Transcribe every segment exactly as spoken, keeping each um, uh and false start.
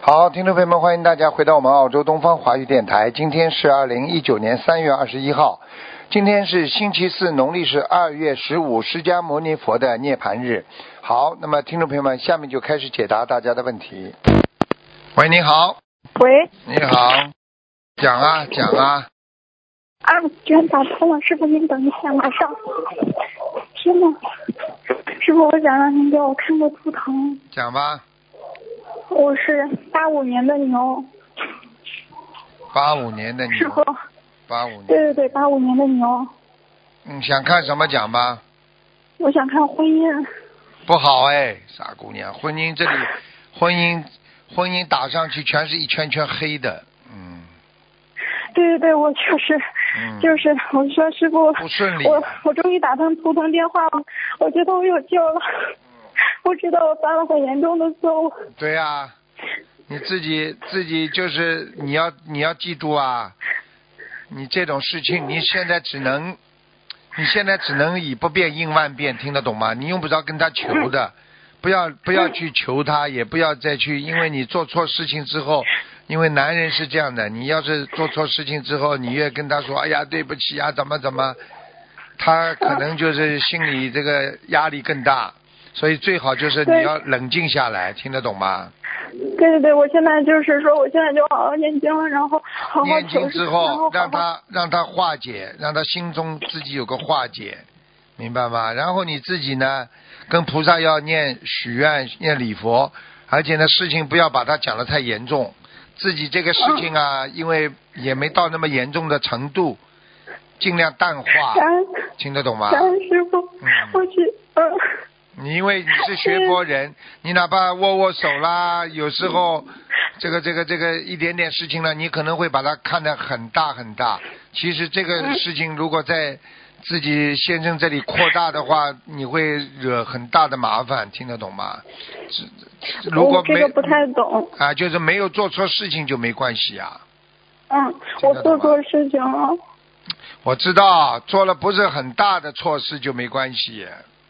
好，听众朋友们，欢迎大家回到我们澳洲东方华语电台。今天是二零一九年三月二十一号，今天是星期四，农历是二月十五，释迦牟尼佛的涅槃日。好，那么听众朋友们，下面就开始解答大家的问题。喂，你好。 喂。 你好。讲啊，讲啊。 啊，居然打通了，师傅您等一下，马上。天哪，师傅，我想让您给我看个图腾。 讲吧。 我是八五年的牛。 八五年的牛。 师傅。 八五年。 对对对，八五年的牛。 嗯，想看什么讲吧？ 我想看婚姻。 不好哎，傻姑娘，婚姻这里，婚姻婚姻打上去全是一圈圈黑的，嗯。 对对对，我确实， 嗯、 就是，我说师傅， 不顺利。 我我终于打通图腾电话了，我觉得我有救了。我知道我犯了很严重的错误。 对呀、啊，你自己自己就是你要你要记住啊，你这种事情你现在只能，你现在只能以不变应万变，听得懂吗？你用不着跟他求的，不要不要去求他，也不要再去，因为你做错事情之后，因为男人是这样的，你要是做错事情之后，你越跟他说，哎呀对不起啊，怎么怎么，他可能就是心里这个压力更大。所以最好就是你要冷静下来，听得懂吗？ 对对对，我现在就是说，我现在就好好念经了，然后好好念经之后， 好好让他让他化解，让他心中自己有个化解，明白吗？然后你自己呢，跟菩萨要念许愿、念礼佛，而且呢，事情不要把它讲得太严重，自己这个事情啊，嗯、因为也没到那么严重的程度，尽量淡化，听得懂吗？ 感恩师傅，嗯、我去，嗯。 你因为你是学佛人，你哪怕握握手啦，有时候这个这个这个一点点事情呢，你可能会把它看得很大很大。其实这个事情如果在自己先生这里扩大的话，你会惹很大的麻烦，听得懂吗？如果没、 我这个不太懂啊，就是没有做错事情就没关系啊。 嗯，我做错事情了。 我知道，做了不是很大的错事就没关系。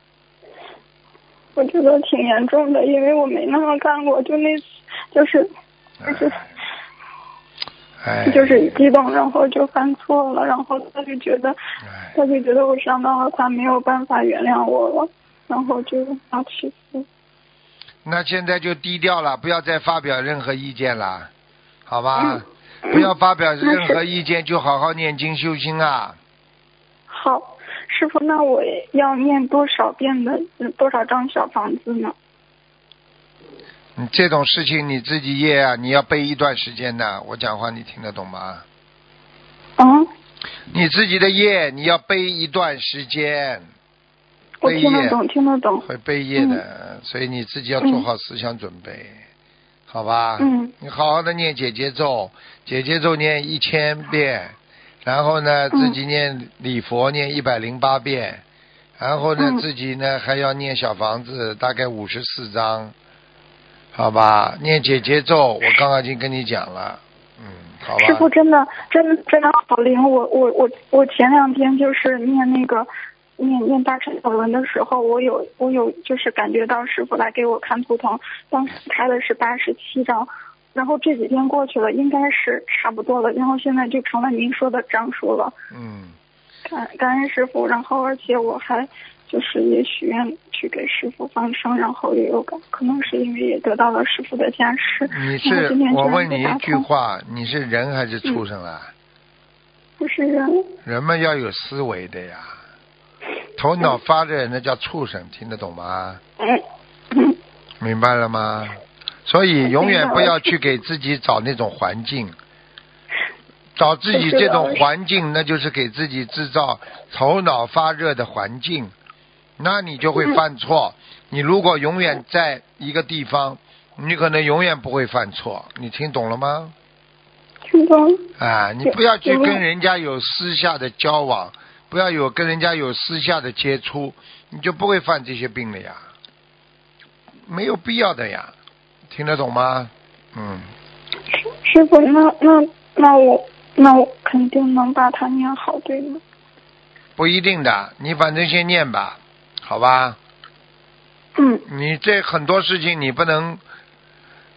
我觉得挺严重的，因为我没那么干过，就那次就是就是、 哎、 就是激动，然后就犯错了，然后他就觉得、哎、他就觉得我伤到了他，没有办法原谅我了，然后就要去死。 那现在就低调了，不要再发表任何意见了，好吧？嗯、不要发表任何意见，就好好念经修心啊。 好。师傅，那我要念多少遍的多少张小房子呢？ 你这种事情你自己业啊，你要背一段时间的。我讲话你听得懂吗？ 嗯。 你自己的业你要背一段时间。 我听得懂，听得懂。 会背业的、嗯，所以你自己要做好思想准备，嗯、好吧？ 嗯。 你好好的念解结咒，解结咒念一千遍。然后呢，自己念礼佛念一百零八遍，然后呢、嗯，自己呢还要念小房子，大概五十四章，好吧？念解结咒，我刚刚已经跟你讲了，嗯，好吧。 师傅真的真的真的好灵，我我我我前两天就是念那个念念大乘法文的时候，我有我有就是感觉到师傅来给我看图腾，当时开的是八十七章。然后这几天过去了，应该是差不多了，然后现在就成了您说的张数了。 嗯， 感感恩师傅，然后而且我还就是也许愿去给师傅放生，然后也有感，可能是因为也得到了师傅的加持。 你是我问你一句话，你是人还是畜生啊？ 我、嗯、是人。 人们要有思维的呀，头脑发热那叫畜生，听得懂吗？ 嗯嗯。 明白了吗？所以永远不要去给自己找那种环境，找自己这种环境，那就是给自己制造头脑发热的环境，那你就会犯错。你如果永远在一个地方，你可能永远不会犯错。你听懂了吗？ 听懂。 啊，你不要去跟人家有私下的交往，不要有跟人家有私下的接触，你就不会犯这些病了呀，没有必要的呀。听得懂吗？嗯。 师傅，那那那我那我肯定能把它念好，对吗？ 不一定的，你反正先念吧，好吧？ 嗯。 你这很多事情你不能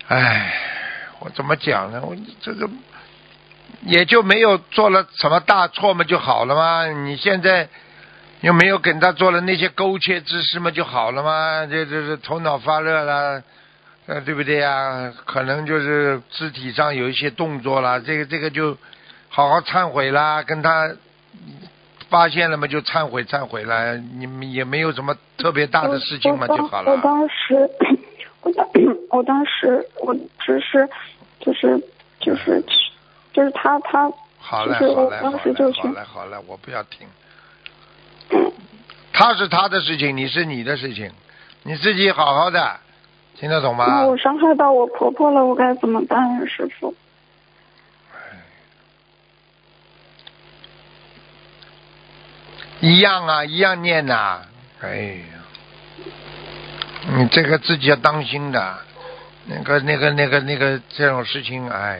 唉，我怎么讲呢？我这个也就没有做了什么大错嘛，就好了吗？你现在又没有跟他做了那些勾结之事嘛，就好了吗？这这是头脑发热了，呃，对不对呀？可能就是肢体上有一些动作了，这个这个就好好忏悔啦，跟他发现了嘛，就忏悔忏悔了，你们也没有什么特别大的事情嘛，就好了。 我当时，我当，我当时，我只是，就是就是就是他他， 好嘞就是我好嘞好当时就去嘞好嘞好嘞，我不要听。他是他的事情，你是你的事情，你自己好好的，听得懂吗？ 那我伤害到我婆婆了，我该怎么办呀，师傅？ 一样啊，一样念呐、啊，哎呀，你这个自己要当心的，那个那个那个那个这种事情，哎呀，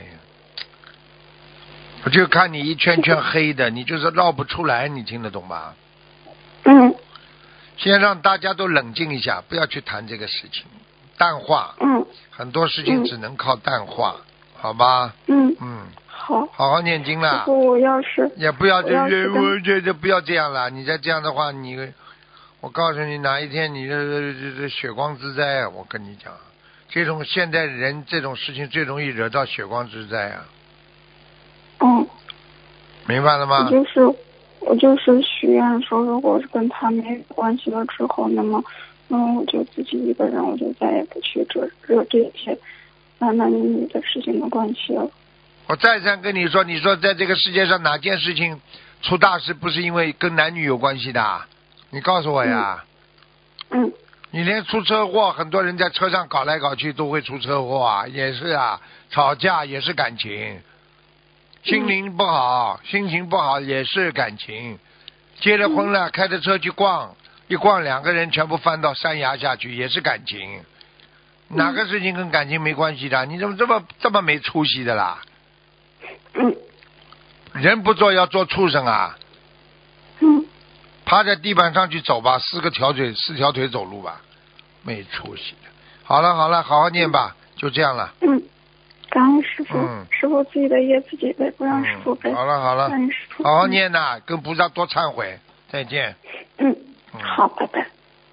我就看你一圈圈黑的，你就是绕不出来，你听得懂吗？ 嗯。 先让大家都冷静一下，不要去谈这个事情，淡化。 嗯。 很多事情只能靠淡化，嗯、好吧？ 嗯。 嗯。 好。 好好念经啦。 师傅，我要是也不要这我我这这不要这样了，你再这样的话，你我告诉你，哪一天你这这这血光之灾啊！我跟你讲，这种现代人这种事情最容易惹到血光之灾啊。 嗯。 明白了吗？ 我就是我就是许愿说，如果是跟他没关系了之后，那么那么我就自己一个人，我就再也不去惹惹这些男男女女的事情的关系了。 我再三跟你说，你说在这个世界上哪件事情出大事不是因为跟男女有关系的？你告诉我呀。 嗯。嗯你连出车祸，很多人在车上搞来搞去都会出车祸啊，也是啊，吵架也是感情，心灵不好，嗯、心情不好也是感情，结了婚了，嗯、开着车去逛，一逛两个人全部翻到山崖下去，也是感情，嗯、哪个事情跟感情没关系的？你怎么这么这么没出息的啦？ 嗯。 人不做要做畜生啊！ 嗯。 趴在地板上去走吧，四个条腿四条腿走路吧，没出息的。好了好了，好好念吧，嗯、就这样了。 嗯，感恩师傅， 嗯、 师傅自己的业自己背，不让师傅背。 嗯、好了好了， 感恩师傅， 好好念呐，跟菩萨多忏悔。再见。 嗯， 嗯好，拜拜。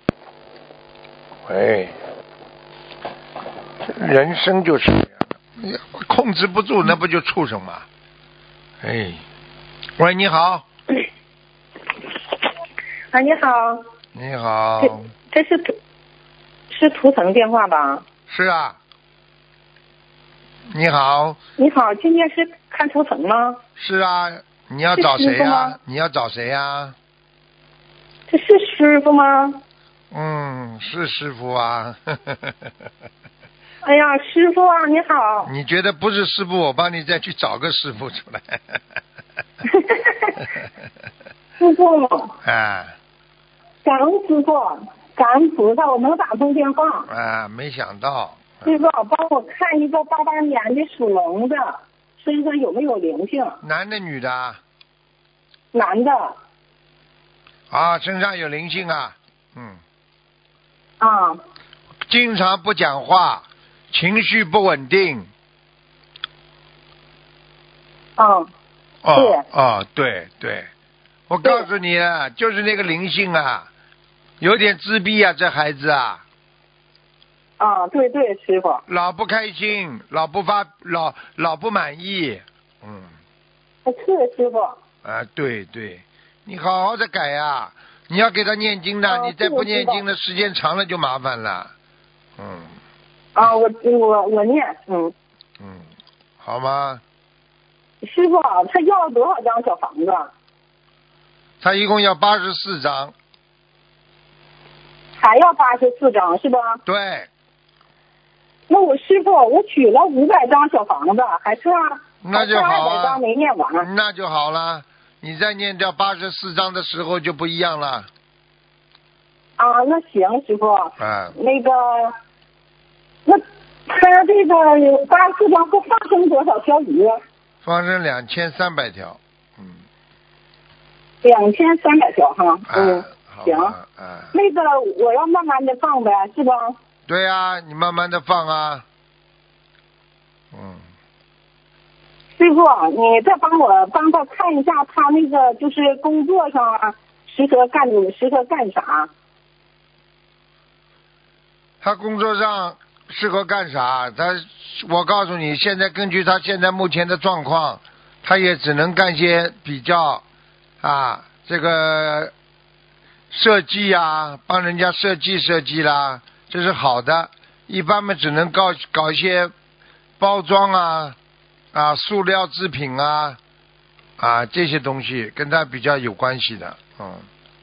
喂，人生就是这样的，控制不住，那不就畜生吗？哎，喂，你好。 啊，你好。 你好。 这这是图是图腾电话吧？ 是啊。你好。 你好，今天是看图腾吗？ 是啊，你要找谁呀、啊？你要找谁呀、啊？ 这是师傅吗？ 嗯，是师傅啊。 哎呀，师傅啊，你好。 你觉得不是师傅，我帮你再去找个师傅出来。 师傅。 啊。 感恩师傅，感恩菩萨，我能打通电话。 啊，没想到。 师傅，帮我看一个八八年的属龙的，身上有没有灵性？ 男的女的？ 男的。 啊，身上有灵性啊，嗯。 啊。 经常不讲话，情绪不稳定。 嗯。 哦。 对。 哦，对对，我告诉你啊，就是那个灵性啊，有点自闭啊，这孩子啊。 啊，对对，师傅。 老不开心，老不发，老老不满意，嗯。 是师傅。 啊，对对，你好好的改呀、啊，你要给他念经的， 啊、 你再不念经的时间长了就麻烦了，嗯。 啊，我我我念，嗯。 嗯，好吗？ 师傅，他要多少张小房子？ 他一共要八十四张。 还要八十四张是吧？ 对。 那我师傅，我取了五百张小房子，还差那就好啊， 二百张没念完。 那就好了，你再念掉八十四张的时候就不一样了。 啊，那行，师傅。 啊。 那个，那他这个八十四张会放生多少条鱼？ 放生两千三百条。嗯。 两千三百条哈。 啊、 嗯。行。 啊。 那个我要慢慢的放呗，是吧？ 对啊，你慢慢的放啊。 师傅，你再帮我帮他看一下，他那个就是工作上啊，适合干适合干啥？ 他工作上适合干啥？他，我告诉你，现在根据他现在目前的状况，他也只能干些比较啊，这个设计啊，帮人家设计设计啦，这是好的。一般嘛，只能搞搞一些包装啊啊，塑料制品啊啊这些东西跟他比较有关系的，嗯。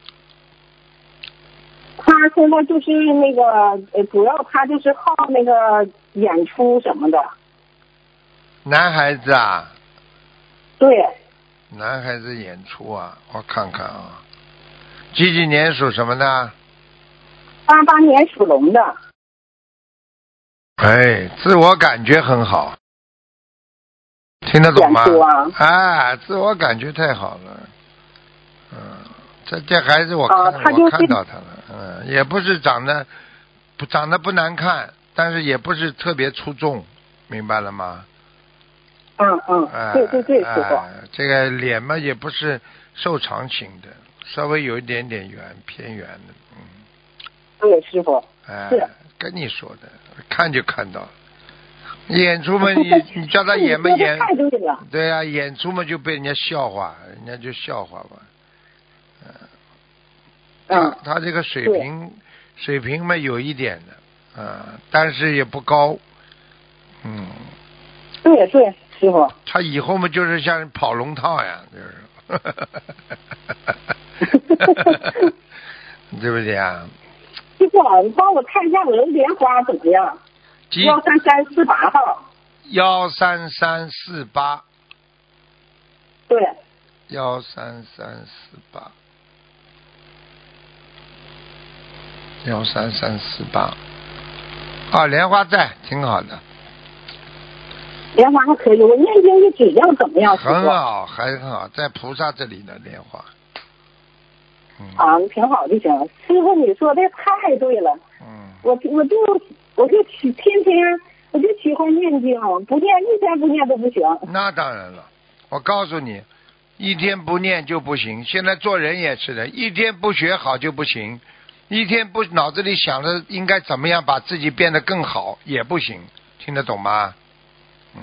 他现在就是那个，呃，主要他就是好那个演出什么的。 男孩子啊？ 对。 男孩子演出啊，我看看啊，几几年属什么的？ 八八年属龙的。 哎，自我感觉很好，听得懂吗？ 演出啊。 哎，自我感觉太好了。嗯，这这孩子我看、 啊他就是、 我看到他了，嗯，也不是长得不长得不难看，但是也不是特别出众，明白了吗？ 嗯嗯， 哎、 对对对，师傅、 哎。这个脸嘛也不是瘦长型的，稍微有一点点圆，偏圆的，嗯。 对，师傅。 哎， 是。 跟你说的，看就看到了。演出嘛，你你叫他演嘛演， 太对了。 对啊，演出嘛就被人家笑话，人家就笑话吧。嗯。他他这个水平水平嘛有一点的，啊、嗯，但是也不高，嗯。 对对，师傅。 他以后嘛就是像跑龙套呀，就是，对不对啊？ 师傅，你帮我看一下我的莲花怎么样？幺三三四八号。 幺三三四八。 对。 幺三三四八。幺三三四八。啊，莲花在，挺好的。 莲花还可以，我念经的质量怎么样？ 很好，很好，在菩萨这里的莲花。嗯、 啊，挺好就行。师傅，你说的太对了。 嗯。 我我就我就天天我就喜欢念经，不念一天不念都不行。 那当然了，我告诉你，一天不念就不行。现在做人也是的，一天不学好就不行，一天不脑子里想着应该怎么样把自己变得更好也不行，听得懂吗？嗯。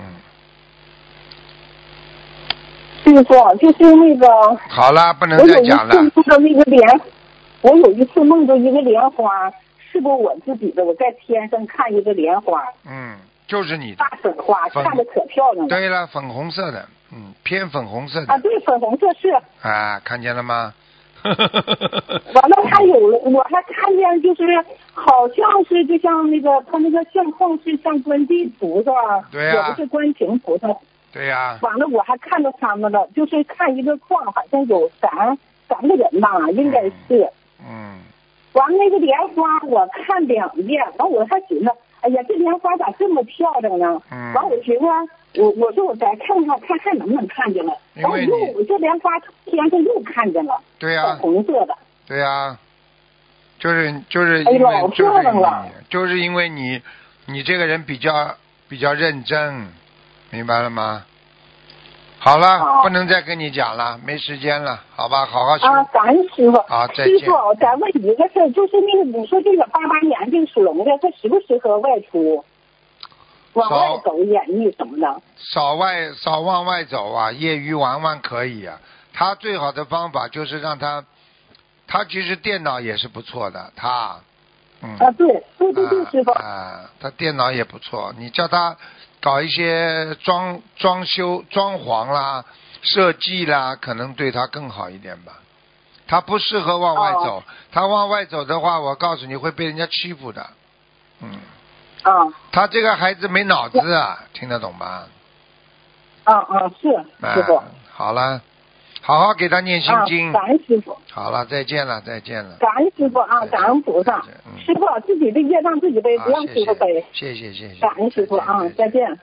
师傅，就是那个。 好了，不能再讲了。 我有一次梦到那个莲，我有一次梦到一个莲花，是不是我自己的？我在天上看一个莲花。 嗯，就是你的。 大粉花，看着可漂亮了。 对了，粉红色的，嗯，偏粉红色的。 啊，对，粉红色是。 啊，看见了吗？ 完了，还有了，我还看见就是好像是就像那个他那个相框是像观地菩萨， 对呀、啊， 也不是观平菩萨。 对呀、 啊。完了，我还看到他们了，就是看一个框，好像有三三个人吧，应该是。 嗯。 完了那个莲花，我看两遍，完我还寻思，哎呀，这莲花咋这么漂亮呢？ 嗯。 完我寻思，我我说我再看看，看看能不能看见了。完我又我这莲花天上又看见了。 对呀、啊。 粉红色的。 对呀、啊。就是就是因为、哎、就是你就是因为你你这个人比较比较认真，明白了吗？好了， 啊、 不能再跟你讲了，没时间了，好吧，好好修。 啊，感恩师傅。 啊，再见。 师傅，再问一个事，就是那个你说这个八八年这个属龙的，它适不适合外出？往外走演绎什么的？ 少外少往外走啊，业余玩玩可以啊。他最好的方法就是让他。他其实电脑也是不错的，他，嗯啊对对对对，师傅啊，他电脑也不错，你叫他搞一些装装修、装潢啦、设计啦，可能对他更好一点吧。他不适合往外走， 哦、 他往外走的话，我告诉你会被人家欺负的，嗯。 啊。 他这个孩子没脑子啊，听得懂吗？ 啊啊，是师傅、啊。 好了。好好给他念心经、 啊，感恩师傅。 好了，再见了，再见了。 感恩师傅啊，感恩菩萨。嗯、师傅自己的业障自己背，不让师傅背。 谢谢谢谢。 感恩师傅啊，再见。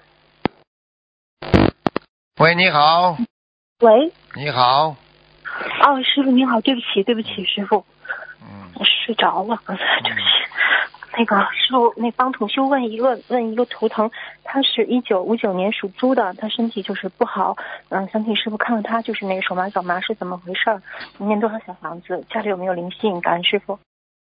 喂，你好。 喂。 你好。 哦，师傅你好，对不起对不起，师傅。 嗯。 我睡着了，刚才对不起。 那个师傅，那帮同修问一个问一个图腾，他是一九五九年属猪的，他身体就是不好，嗯，想请师傅看看他就是那个手麻脚麻是怎么回事儿，念多少小房子，家里有没有灵性？感恩师傅。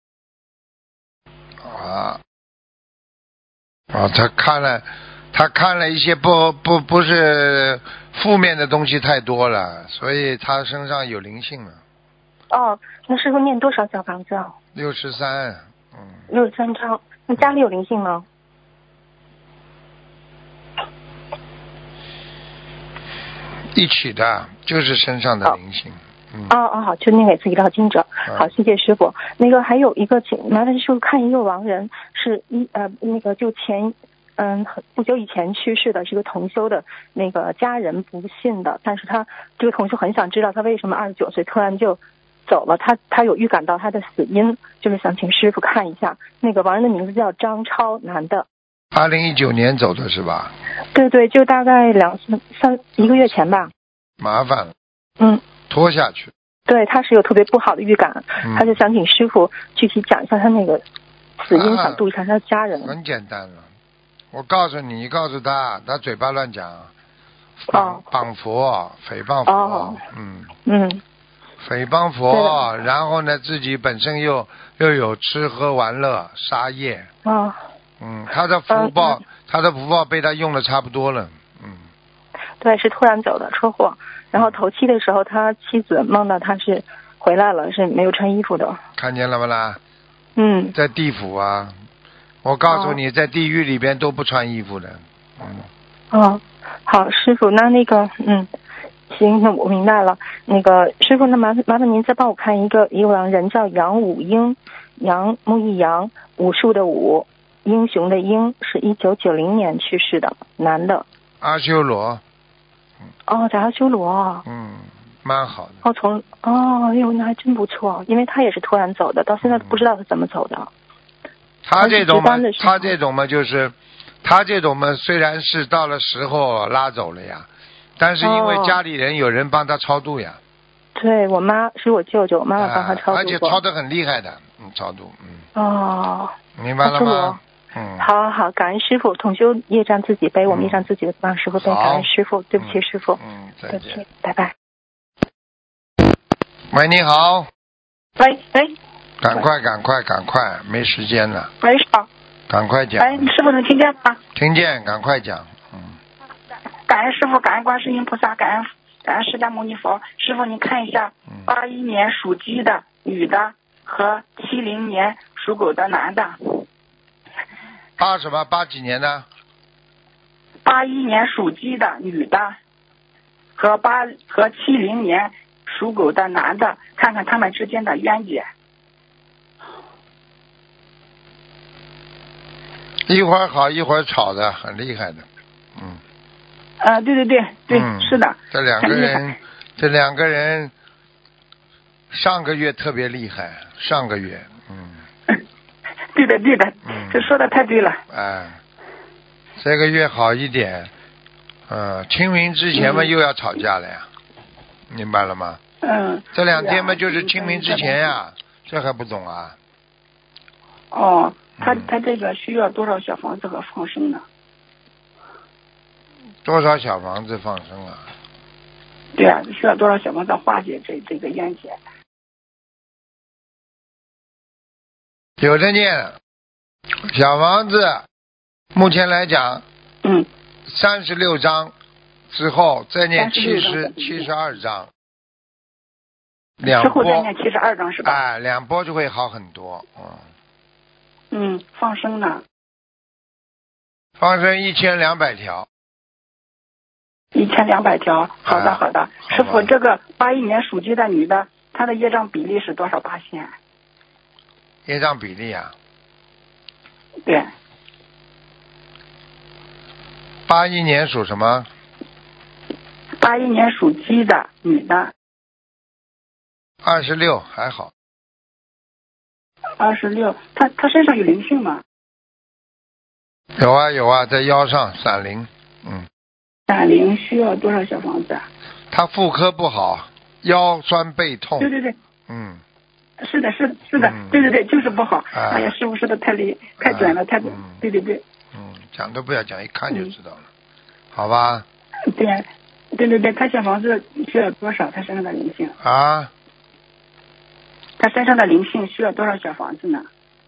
啊啊，他看了，他看了一些不不不是负面的东西太多了，所以他身上有灵性了。 哦，那师傅念多少小房子啊？ 六十三，嗯。 六十三张。那家里有灵性吗？ 一起的，就是身上的灵性。嗯、 哦哦好，就念给自己的经者。 嗯、 好，谢谢师傅。那个还有一个，请麻烦师傅看一个亡人，是一呃那个就前嗯不久以前去世的，是个同修的那个家人不信的，但是他这个同修很想知道他为什么二十九岁突然就走了，他他有预感到他的死因，就是想请师傅看一下。那个亡人的名字叫张超，男的。 二零一九年走的是吧？ 对对，就大概两三一个月前吧。 麻烦了。 嗯。 拖下去。 对，他是有特别不好的预感， 嗯、 他就想请师傅具体讲一下他那个死因， 啊、 想度一下他的家人。 很简单了，我告诉你，你告诉他，他嘴巴乱讲， 哦， 绑佛，诽谤佛， 哦、 嗯嗯， 诽谤佛，然后呢，自己本身又又有吃喝玩乐杀业， 哦， 嗯，他的福报， 嗯、 他的福报被他用的差不多了，嗯， 对，是突然走的车祸，然后头七的时候，他妻子梦到他是回来了，是没有穿衣服的， 看见了不啦？ 嗯， 在地府啊，我告诉你，哦、在地狱里边都不穿衣服的，嗯， 哦，好，师傅，那那个，嗯。行，那我明白了。那个师傅，那麻烦麻烦您再帮我看一个一个人叫杨武英，杨木易杨，武术的武，英雄的英，是一九九零年去世的，男的。 阿修罗。 哦，在阿修罗。 嗯，蛮好的。 哦，从哦，哎呦，那还真不错，因为他也是突然走的，到现在都不知道他怎么走的。 嗯、他这种嘛，他这种嘛，就是他这种嘛，虽然是到了时候拉走了呀。但是因为家里人有人帮他超度呀， 哦、对我妈是我舅舅，我妈妈帮他超度过、 啊，而且超得很厉害的，嗯，超度，嗯。 哦， 明白了吗？嗯。 好好好，感恩师傅，同修业障自己背，嗯、我们业障自己的，帮师傅背，感恩师傅，对不起师傅， 嗯，再见，对不起，拜拜。 喂，你好。 喂喂。 赶快赶快赶快，没时间了。 喂，师傅。 赶快讲。 哎，师傅能听见吗？ 听见，赶快讲。 感恩师傅，感恩观世音菩萨，感恩感恩释迦牟尼佛。师傅，您看一下，八一年属鸡的女的和七零年属狗的男的。 八什么？八几年的？ 八一年属鸡的女的和八和七零年属狗的男的，看看他们之间的冤结。 一会儿好，一会儿吵的，很厉害的，嗯。 啊、呃，对对对对、 嗯， 是的。 这两个人，这两个人上个月特别厉害，上个月，嗯。 对的对的， 嗯， 这说的太对了。 哎，这个月好一点，嗯，清明之前嘛又要吵架了呀，嗯、明白了吗？ 嗯。 这两天嘛就是清明之前呀，这还不懂啊？ 哦，他他这个需要多少小房子和放生呢？ 多少小房子放生啊？ 对啊，需要多少小房子化解这这个冤结？ 有的念小房子，目前来讲， 嗯， 三十六章之后再念七十七十二章，两波之后再念七十二章是吧？ 哎，两波就会好很多，嗯。 嗯，放生呢？ 放生一千两百条。 一千两百条，好的好的。 哎、 师傅，这个八一年属鸡的女的，她的业障比例是多少八仙？ 业障比例啊？ 对。 八一年属什么？ 八一年属鸡的女的。 二十六，还好。 二十六，她她身上有灵性吗？ 有啊有啊，在腰上闪灵，嗯。 闪灵需要多少小房子啊？ 他妇科不好，腰酸背痛。 对对对。 嗯。 是的，是的，是的， 嗯、 对对对，就是不好。 啊、 哎呀，师傅说的太厉太准了， 啊、 太准。 嗯、 对对对。 嗯，讲都不要讲，一看就知道了，嗯、好吧？ 对呀，对对对，他小房子需要多少？他身上的灵性啊？ 他身上的灵性需要多少小房子呢？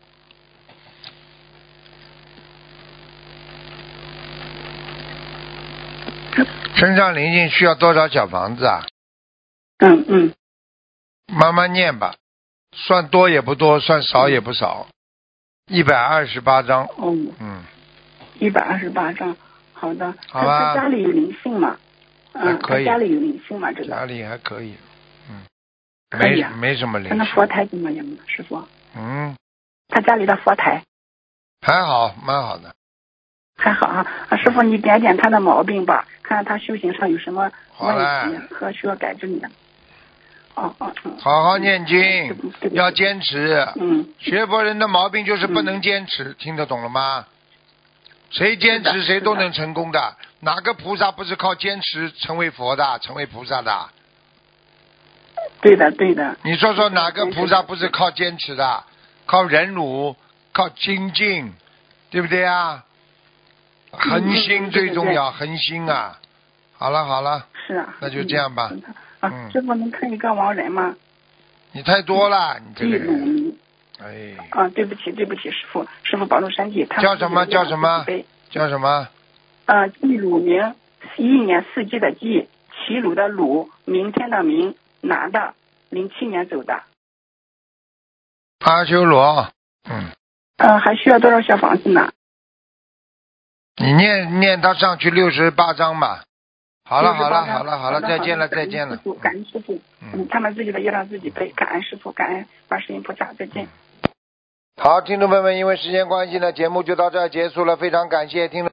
身上灵性需要多少小房子啊？ 嗯嗯。 慢慢念吧，算多也不多，算少也不少，一百二十八张。 哦。 嗯。 一百二十八张，好的。 好吧。 他家里有灵性吗？嗯， 可以。 他家里有灵性吗？这个。 家里还可以。嗯。 可以啊。 没没什么灵性。 他那佛台怎么样呢，师傅？ 嗯。 他家里的佛台。 还好，蛮好的。 还好啊，啊，师傅你点点他的毛病吧，看看他修行上有什么问题和需要改正的。哦哦嗯。 好好念经，要坚持。 嗯。 学佛人的毛病就是不能坚持，嗯、听得懂了吗？谁坚持谁都能成功的，哪个菩萨不是靠坚持成为佛的，成为菩萨的？ 对的对的。 你说说哪个菩萨不是靠坚持的？靠忍辱，靠精进，对不对啊？恒心最重要，恒心啊！好了好了， 是啊， 那就这样吧。 啊，师傅能看一个亡人吗？ 你太多了，你这个人。 哎。 啊，对不起对不起，师傅师傅保重身体。 叫什么叫什么？叫什么？ 呃，季鲁明，一年四季的季，齐鲁的鲁，明天的明，男的，零七年走的。 阿修罗，嗯。 呃，还需要多少小房子呢？ 你念念他上去六十八章吧。好了好了好了好了，再见了再见了。 感恩师傅，嗯，他们自己的业让自己背，感恩师傅，感恩观世音菩萨，再见。 好，听众朋友们，因为时间关系呢，节目就到这儿结束了，非常感谢听众。